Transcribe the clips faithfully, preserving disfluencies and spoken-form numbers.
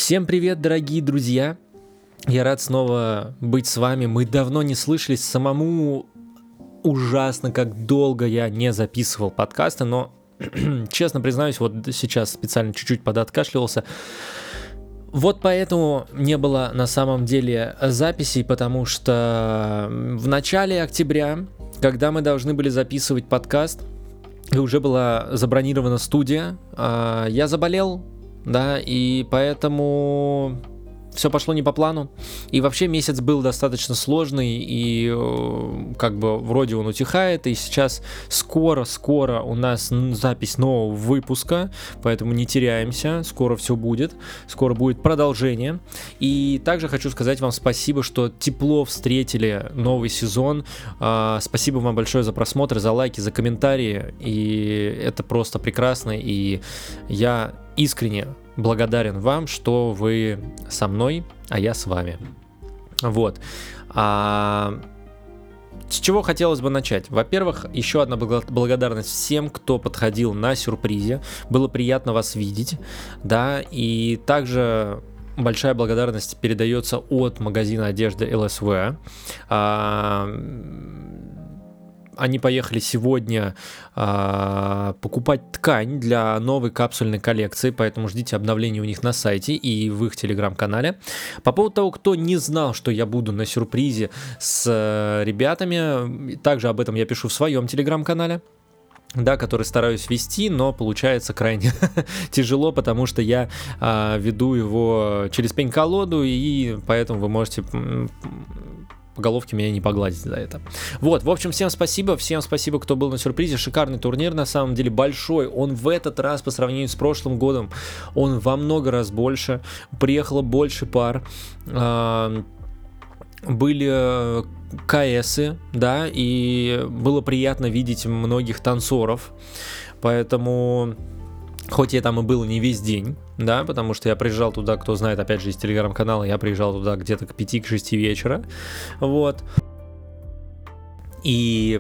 Всем привет, дорогие друзья! Я рад снова быть с вами. Мы давно не слышались, самому ужасно, как долго я не записывал подкасты, но, честно признаюсь, вот сейчас специально чуть-чуть подоткашливался. Вот поэтому не было на самом деле записей, потому что в начале октября, когда мы должны были записывать подкаст, и уже была забронирована студия, я заболел, да, и поэтому все пошло не по плану. И вообще месяц был достаточно сложный, и как бы вроде он утихает, и сейчас скоро-скоро у нас запись нового выпуска, поэтому не теряемся, скоро все будет, скоро будет продолжение. И также хочу сказать вам спасибо, что тепло встретили новый сезон. Спасибо вам большое за просмотр, за лайки, за комментарии, и это просто прекрасно, и я искренне благодарен вам, что вы со мной, а я с вами. Вот. А... С чего хотелось бы начать? Во-первых, еще одна благодарность всем, кто подходил на сюрпризе. Было приятно вас видеть, да, и также большая благодарность передается от магазина одежды эл эс вэ. А... Они поехали сегодня э, покупать ткань для новой капсульной коллекции, поэтому ждите обновлений у них на сайте и в их телеграм-канале. По поводу того, кто не знал, что я буду на сюрпризе с э, ребятами, также об этом я пишу в своем телеграм-канале, да, который стараюсь вести, но получается крайне тяжело, потому что я э, веду его через пень-колоду, и поэтому вы можете... по головке меня не погладить за это. Вот, в общем, всем спасибо, всем спасибо, кто был на сюрпризе. Шикарный турнир, на самом деле, большой. Он в этот раз, по сравнению с прошлым годом, он во много раз больше. Приехало больше пар. Были КСы, да, и было приятно видеть многих танцоров. Поэтому... Хоть я там и был не весь день, да, потому что я приезжал туда, кто знает, опять же, из телеграм-канала, я приезжал туда где-то к пяти-шести вечера, вот. И,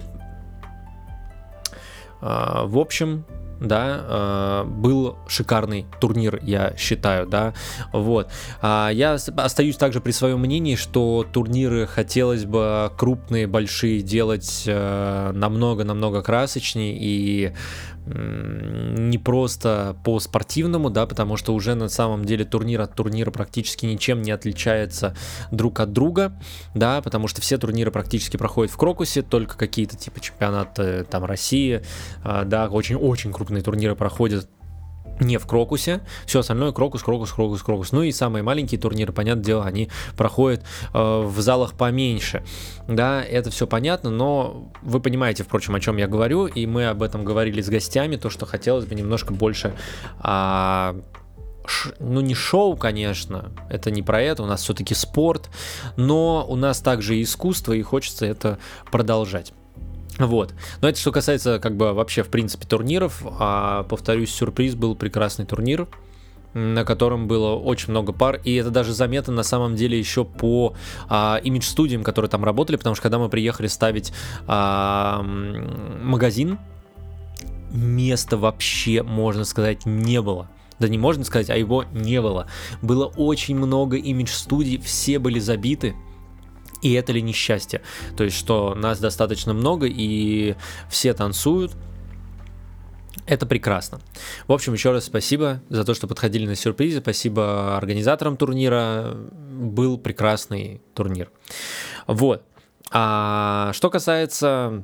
э, в общем, да, э, был шикарный турнир, я считаю, да, вот. А я остаюсь также при своем мнении, что турниры хотелось бы крупные, большие делать э, намного-намного красочнее и не просто по спортивному, да, потому что уже на самом деле турнир от турнира практически ничем не отличается друг от друга, да, потому что все турниры практически проходят в Крокусе, только какие-то типа чемпионаты там России, да, очень-очень крупные турниры проходят не в Крокусе, все остальное Крокус, Крокус, Крокус, Крокус. Ну и самые маленькие турниры, понятное дело, они проходят э, в залах поменьше. Да, это все понятно, но вы понимаете, впрочем, о чем я говорю, и мы об этом говорили с гостями, то, что хотелось бы немножко больше... А, ш, ну не шоу, конечно, это не про это, у нас все-таки спорт, но у нас также и искусство, и хочется это продолжать. Вот, но это что касается как бы вообще в принципе турниров, а, повторюсь, сюрприз был прекрасный турнир, на котором было очень много пар, и это даже заметно на самом деле еще по а, имидж-студиям, которые там работали, потому что когда мы приехали ставить а, магазин, места вообще, можно сказать, не было. Да не можно сказать, а его не было. Было очень много имидж-студий, все были забиты. И это ли несчастье? То есть, что нас достаточно много, и все танцуют. Это прекрасно. В общем, еще раз спасибо за то, что подходили на сюрпризы. Спасибо организаторам турнира. Был прекрасный турнир. Вот. А что касается...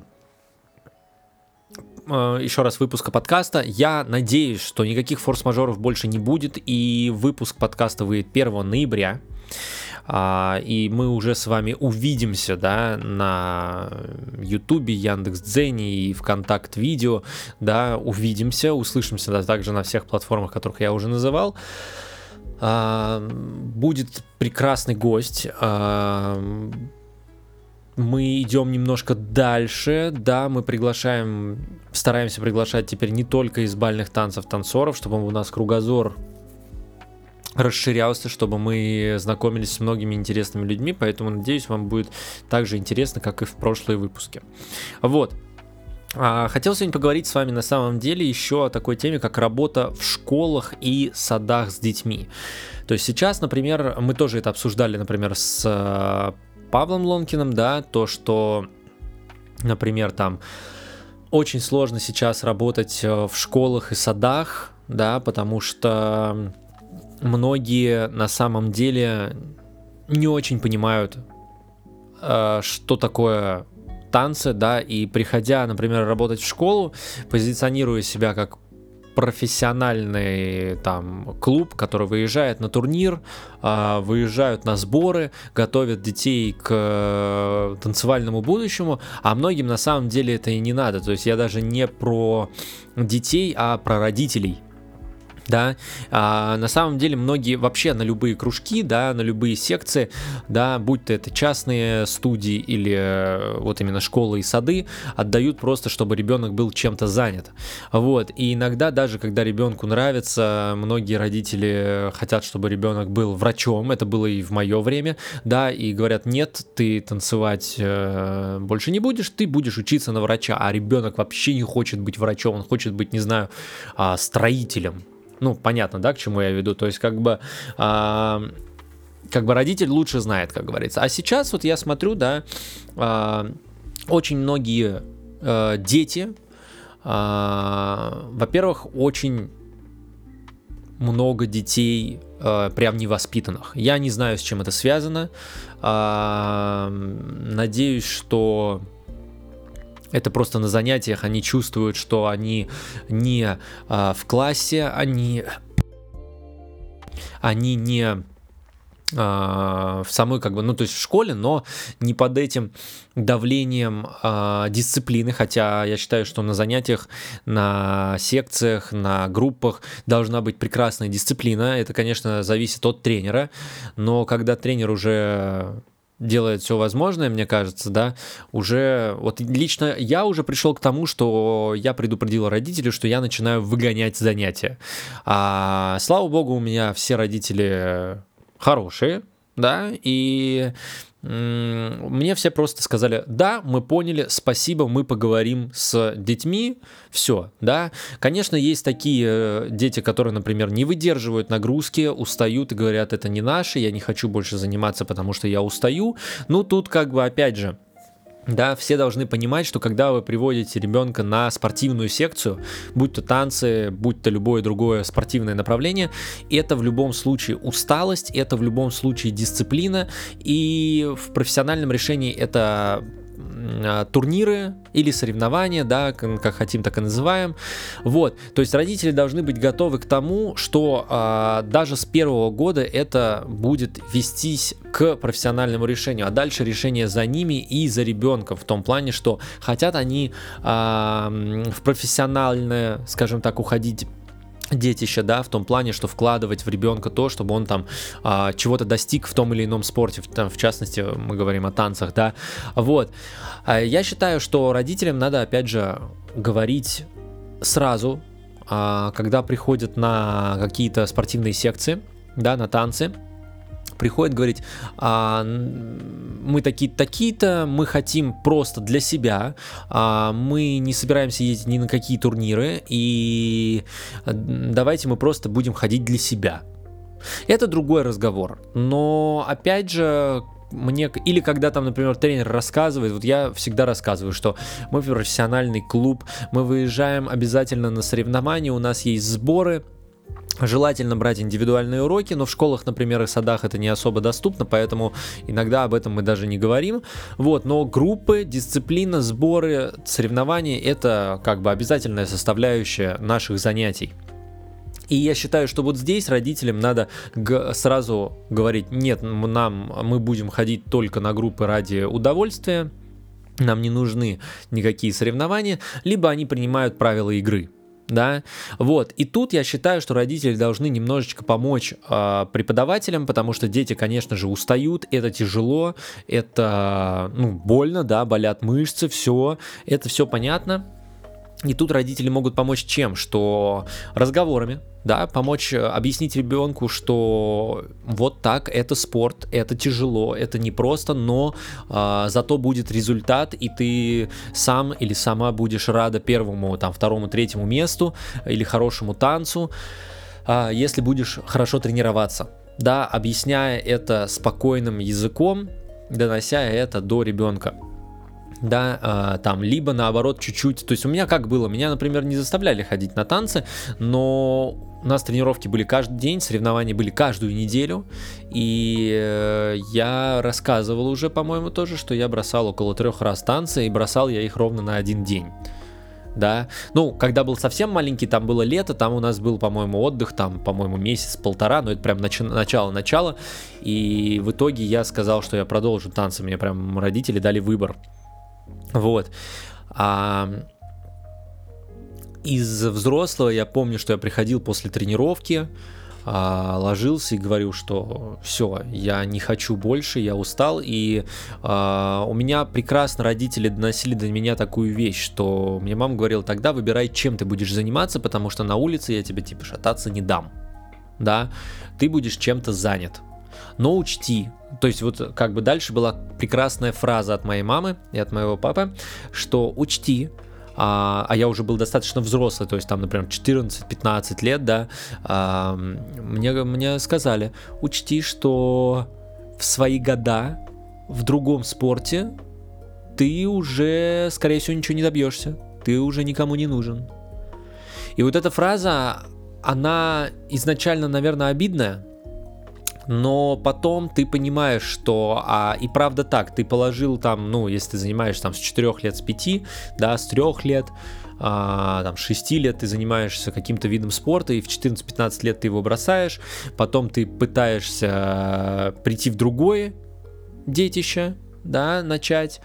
еще раз выпуска подкаста, я надеюсь, что никаких форс-мажоров больше не будет, и выпуск подкаста выйдет первого ноября. Uh, и мы уже с вами увидимся, да, на Ютубе, Яндекс.Дзене и ВКонтакт Видео, да, увидимся, услышимся, да, также на всех платформах, которых я уже называл. Uh, будет прекрасный гость. Uh, мы идем немножко дальше, да, мы приглашаем, стараемся приглашать теперь не только из бальных танцев танцоров, чтобы у нас кругозор расширялся, чтобы мы знакомились с многими интересными людьми, поэтому, надеюсь, вам будет так же интересно, как и в прошлые выпуски. Вот. Хотел сегодня поговорить с вами на самом деле еще о такой теме, как работа в школах и садах с детьми. То есть сейчас, например, мы тоже это обсуждали, например, с Павлом Лонкиным, да, то, что, например, там очень сложно сейчас работать в школах и садах, да, потому что многие на самом деле не очень понимают, что такое танцы, да, и приходя, например, работать в школу, позиционируя себя как профессиональный там клуб, который выезжает на турнир, э, выезжают на сборы, готовят детей к танцевальному будущему, а многим на самом деле это и не надо. То есть я даже не про детей, а про родителей. Да, а на самом деле многие вообще на любые кружки, да, на любые секции, да, будь то это частные студии или вот именно школы и сады, отдают просто, чтобы ребенок был чем-то занят. Вот, и иногда даже когда ребенку нравится, многие родители хотят, чтобы ребенок был врачом, это было и в мое время, да, и говорят: нет, ты танцевать э, больше не будешь, ты будешь учиться на врача, а ребенок вообще не хочет быть врачом, он хочет быть, не знаю, э, строителем. Ну, понятно, да, к чему я веду. То есть, как бы, а, как бы родитель лучше знает, как говорится. А сейчас вот я смотрю, да, а, очень многие а, дети, а, во-первых, очень много детей а, прям невоспитанных. Я не знаю, с чем это связано. А, надеюсь, что это просто на занятиях они чувствуют, что они не а, в классе, они, они не а, в самой, как бы, ну, то есть в школе, но не под этим давлением а, дисциплины, хотя я считаю, что на занятиях, на секциях, на группах должна быть прекрасная дисциплина. Это, конечно, зависит от тренера, но когда тренер уже делает все возможное, мне кажется, да, уже, вот лично я уже пришел к тому, что я предупредил родителей, что я начинаю выгонять занятия. А, слава богу, у меня все родители хорошие, да, и мне все просто сказали: да, мы поняли, спасибо, мы поговорим с детьми, все, да. Конечно, есть такие дети, которые, например, не выдерживают нагрузки, устают и говорят: это не наше, я не хочу больше заниматься, потому что я устаю. Ну, тут как бы опять же, да, все должны понимать, что когда вы приводите ребенка на спортивную секцию, будь то танцы, будь то любое другое спортивное направление, это в любом случае усталость, это в любом случае дисциплина, и в профессиональном решении это турниры или соревнования, да, как хотим, так и называем. Вот, то есть родители должны быть готовы к тому, что а, даже с первого года это будет вестись к профессиональному решению, а дальше решение за ними и за ребенком, в том плане, что хотят они а, в профессиональное, скажем так, уходить детище, да, в том плане, что вкладывать в ребенка то, чтобы он там а, чего-то достиг в том или ином спорте, в, там, в частности, мы говорим о танцах, да, вот. А, я считаю, что родителям надо, опять же, говорить сразу, а, когда приходят на какие-то спортивные секции, да, на танцы, приходит говорить: а, мы такие-то, такие-то, мы хотим просто для себя, а, мы не собираемся ездить ни на какие турниры, и давайте мы просто будем ходить для себя. Это другой разговор, но опять же, мне, или когда там, например, тренер рассказывает, вот я всегда рассказываю, что мы профессиональный клуб, мы выезжаем обязательно на соревнования, у нас есть сборы. Желательно брать индивидуальные уроки, но в школах, например, и садах это не особо доступно, поэтому иногда об этом мы даже не говорим. Вот, но группы, дисциплина, сборы, соревнования — это как бы обязательная составляющая наших занятий. И я считаю, что вот здесь родителям надо г- сразу говорить: нет, нам, мы будем ходить только на группы ради удовольствия, нам не нужны никакие соревнования, либо они принимают правила игры. Да, вот, и тут я считаю, что родители должны немножечко помочь э, преподавателям, потому что дети, конечно же, устают, это тяжело, это, ну, больно, да, болят мышцы, все, это все понятно. И тут родители могут помочь чем? Что разговорами, да, помочь объяснить ребенку, что вот так, это спорт, это тяжело, это непросто, но э, зато будет результат, и ты сам или сама будешь рада первому, там, второму, третьему месту или хорошему танцу, э, если будешь хорошо тренироваться, да, объясняя это спокойным языком, донося это до ребенка. Да, э, там, либо наоборот чуть-чуть, то есть у меня как было, меня, например, не заставляли ходить на танцы, но у нас тренировки были каждый день, соревнования были каждую неделю, и э, я рассказывал уже, по-моему, тоже, что я бросал около трех раз танцы, и бросал я их ровно на один день. Да, ну, когда был совсем маленький, там было лето, там у нас был, по-моему, отдых, там, по-моему, месяц-полтора, но это прям начало-начало, и в итоге я сказал, что я продолжу танцы, мне прям родители дали выбор. Вот. А из взрослого я помню, что я приходил после тренировки, а, ложился и говорил, что все, я не хочу больше, я устал. И а, у меня прекрасно родители доносили до меня такую вещь, что мне мама говорила: тогда выбирай, чем ты будешь заниматься, потому что на улице я тебе типа шататься не дам. Да, ты будешь чем-то занят. Но учти, то есть вот как бы дальше была прекрасная фраза от моей мамы и от моего папы, что учти, а, а я уже был достаточно взрослый, то есть там, например, четырнадцать-пятнадцать лет, да, а, мне, мне сказали: учти, что в свои года в другом спорте ты уже, скорее всего, ничего не добьешься, ты уже никому не нужен. И вот эта фраза, она изначально, наверное, обидная, но потом ты понимаешь, что а, и правда так, ты положил там, ну, если ты занимаешься там с четырёх лет, с пяти, да, с трёх лет, а, там, с шести лет ты занимаешься каким-то видом спорта, и в четырнадцать-пятнадцать лет ты его бросаешь, потом ты пытаешься прийти в другое детище, да, начать.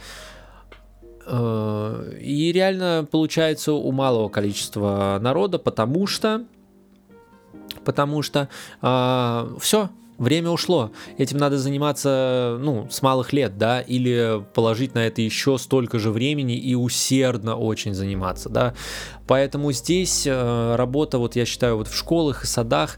И реально получается у малого количества народа, потому что, потому что а, все. Время ушло, этим надо заниматься, ну, с малых лет, да, или положить на это еще столько же времени и усердно очень заниматься, да, поэтому здесь э, работа, вот я считаю, вот в школах и садах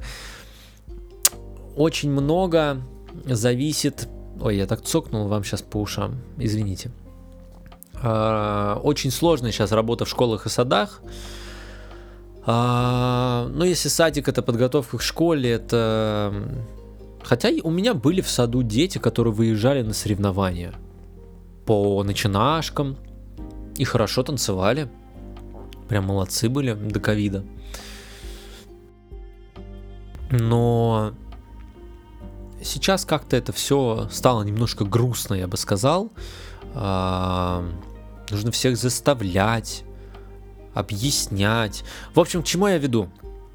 очень много зависит, ой, я так цокнул вам сейчас по ушам, извините, э, очень сложная сейчас работа в школах и садах. э, ну, если садик — это подготовка к школе, это... Хотя у меня были в саду дети, которые выезжали на соревнования по начинашкам и хорошо танцевали. Прям молодцы были до ковида. Но сейчас как-то это все стало немножко грустно, я бы сказал. А, нужно всех заставлять, объяснять. В общем, к чему я веду?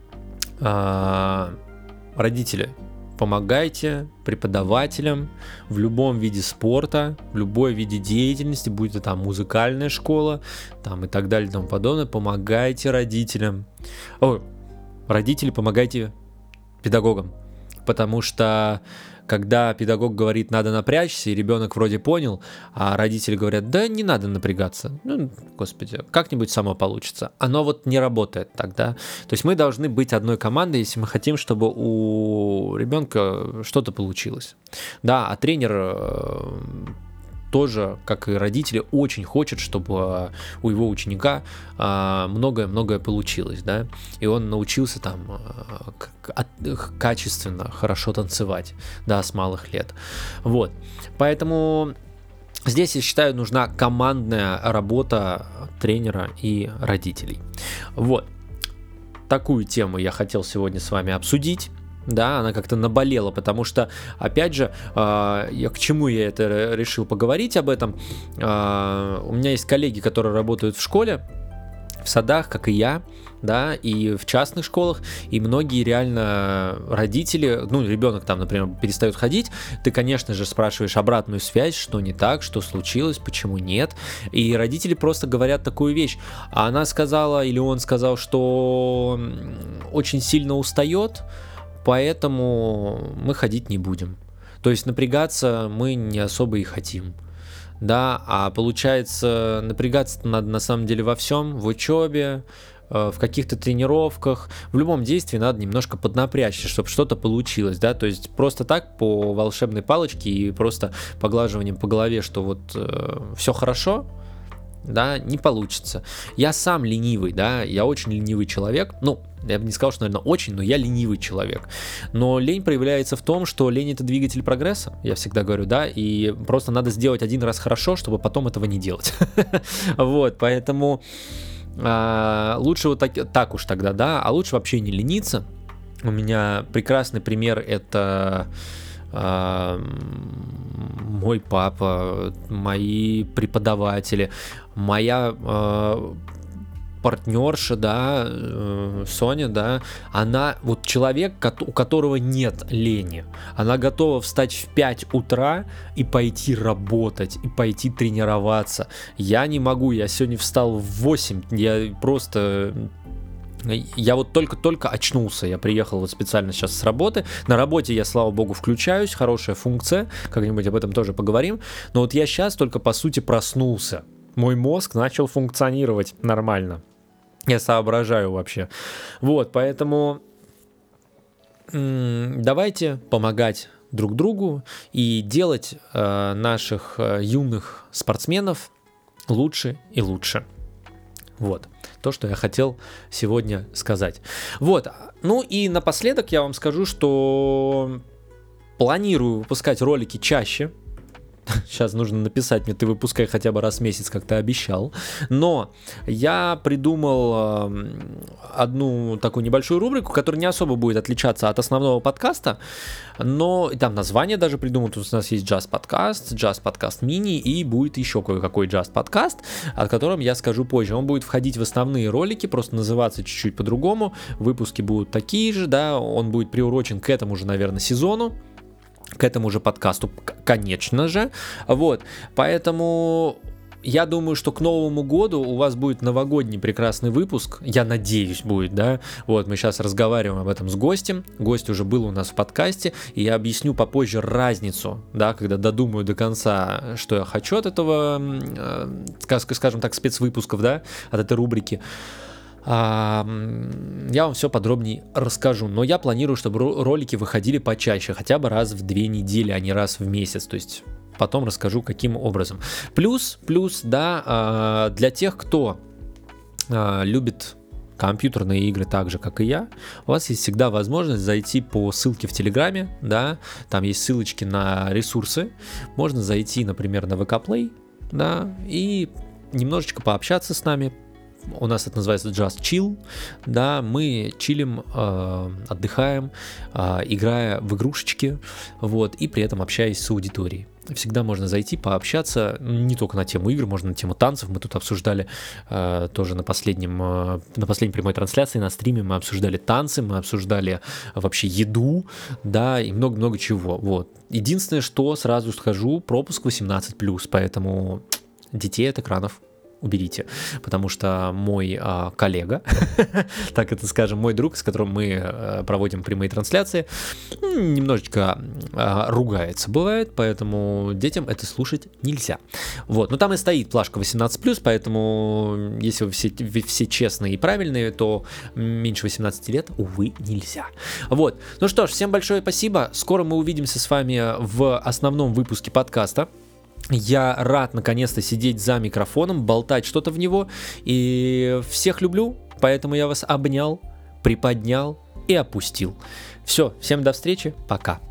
А, родители, помогайте преподавателям в любом виде спорта, в любой виде деятельности, будь это там музыкальная школа, там и так далее и тому подобное. Помогайте родителям. О, родители, помогайте педагогам. Потому что когда педагог говорит: надо напрячься, и ребенок вроде понял, а родители говорят: да не надо напрягаться, ну, господи, как-нибудь само получится. Оно вот не работает тогда. То есть мы должны быть одной командой, если мы хотим, чтобы у ребенка что-то получилось. Да, а тренер тоже, как и родители, очень хочет, чтобы у его ученика многое-многое получилось, да, и он научился там качественно, хорошо танцевать, да, с малых лет. Вот, поэтому здесь, я считаю, нужна командная работа тренера и родителей. Вот, такую тему я хотел сегодня с вами обсудить. Да, она как-то наболела, потому что, опять же, э, я, к чему я это решил поговорить об этом, э, у меня есть коллеги, которые работают в школе, в садах, как и я, да, и в частных школах, и многие реально родители, ну, ребенок там, например, перестает ходить, ты, конечно же, спрашиваешь обратную связь, что не так, что случилось, почему нет, и родители просто говорят такую вещь, а она сказала, или он сказал, что очень сильно устает, поэтому мы ходить не будем. То есть напрягаться мы не особо и хотим. да, а получается напрягаться надо на самом деле во всем, в учебе, в каких-то тренировках, в любом действии надо немножко поднапрячься, чтобы что-то получилось, да, то есть просто так по волшебной палочке и просто поглаживанием по голове, что вот э, все хорошо, да, не получится. Я сам ленивый, да, я очень ленивый человек, ну, я бы не сказал, что, наверное, очень, но я ленивый человек. Но лень проявляется в том, что лень — это двигатель прогресса, я всегда говорю, да, и просто надо сделать один раз хорошо, чтобы потом этого не делать. Вот, поэтому а, лучше вот так, так уж тогда, да, а лучше вообще не лениться. У меня прекрасный пример — это а, мой папа, мои преподаватели, моя а, партнерша, да, э, Соня, да, она вот человек, у которого нет лени. Она готова встать в пять утра и пойти работать, и пойти тренироваться. Я не могу, я сегодня встал в восемь, я просто... Я вот только-только очнулся, я приехал вот специально сейчас с работы, на работе я, слава богу, включаюсь, хорошая функция, как-нибудь об этом тоже поговорим, но вот я сейчас только, по сути, проснулся. Мой мозг начал функционировать нормально. Я соображаю вообще. Вот, поэтому м- давайте помогать друг другу и делать э, наших э, юных спортсменов лучше и лучше. Вот, то, что я хотел сегодня сказать. Вот, ну и напоследок я вам скажу, что планирую выпускать ролики чаще. Сейчас нужно написать мне, ты выпускай хотя бы раз в месяц, как ты обещал. Но я придумал э, одну такую небольшую рубрику, которая не особо будет отличаться от основного подкаста, но там название даже придумал. Тут у нас есть джаз-подкаст, джаз-подкаст мини, и будет еще кое-какой джаз-подкаст, о котором я скажу позже. Он будет входить в основные ролики, просто называться чуть-чуть по-другому. Выпуски будут такие же, да, он будет приурочен к этому же, наверное, сезону, к этому же подкасту, конечно же. Вот, поэтому я думаю, что к Новому году у вас будет новогодний прекрасный выпуск. Я надеюсь, будет, да. Вот, мы сейчас разговариваем об этом с гостем. Гость уже был у нас в подкасте, и я объясню попозже разницу, да, когда додумаю до конца, что я хочу от этого, скажем так, спецвыпусков, да, от этой рубрики. Я вам все подробнее расскажу, но я планирую, чтобы ролики выходили почаще, хотя бы раз в две недели, а не раз в месяц, то есть потом расскажу, каким образом. Плюс, плюс, да, для тех, кто любит компьютерные игры так же, как и я, у вас есть всегда возможность зайти по ссылке в Телеграме, да, там есть ссылочки на ресурсы, можно зайти, например, на ви кей Play, да, и немножечко пообщаться с нами. У нас это называется Just Chill, да, мы чилим, э, отдыхаем, э, играя в игрушечки, вот, и при этом общаясь с аудиторией. Всегда можно зайти, пообщаться, не только на тему игр, можно на тему танцев. Мы тут обсуждали э, тоже на последнем, э, на последней прямой трансляции, на стриме мы обсуждали танцы, мы обсуждали вообще еду, да, и много-много чего, вот. Единственное, что сразу скажу, пропуск восемнадцать плюс, поэтому детей от экранов уберите, потому что мой а, коллега, так это скажем, мой друг, с которым мы а, проводим прямые трансляции, немножечко а, ругается, бывает, поэтому детям это слушать нельзя. Вот, но там и стоит плашка восемнадцать плюс, поэтому если вы все, вы все честные и правильные, то меньше восемнадцати лет, увы, нельзя. Вот, ну что ж, всем большое спасибо, скоро мы увидимся с вами в основном выпуске подкаста. Я рад наконец-то сидеть за микрофоном, болтать что-то в него, и всех люблю, поэтому я вас обнял, приподнял и опустил. Все, всем до встречи, пока.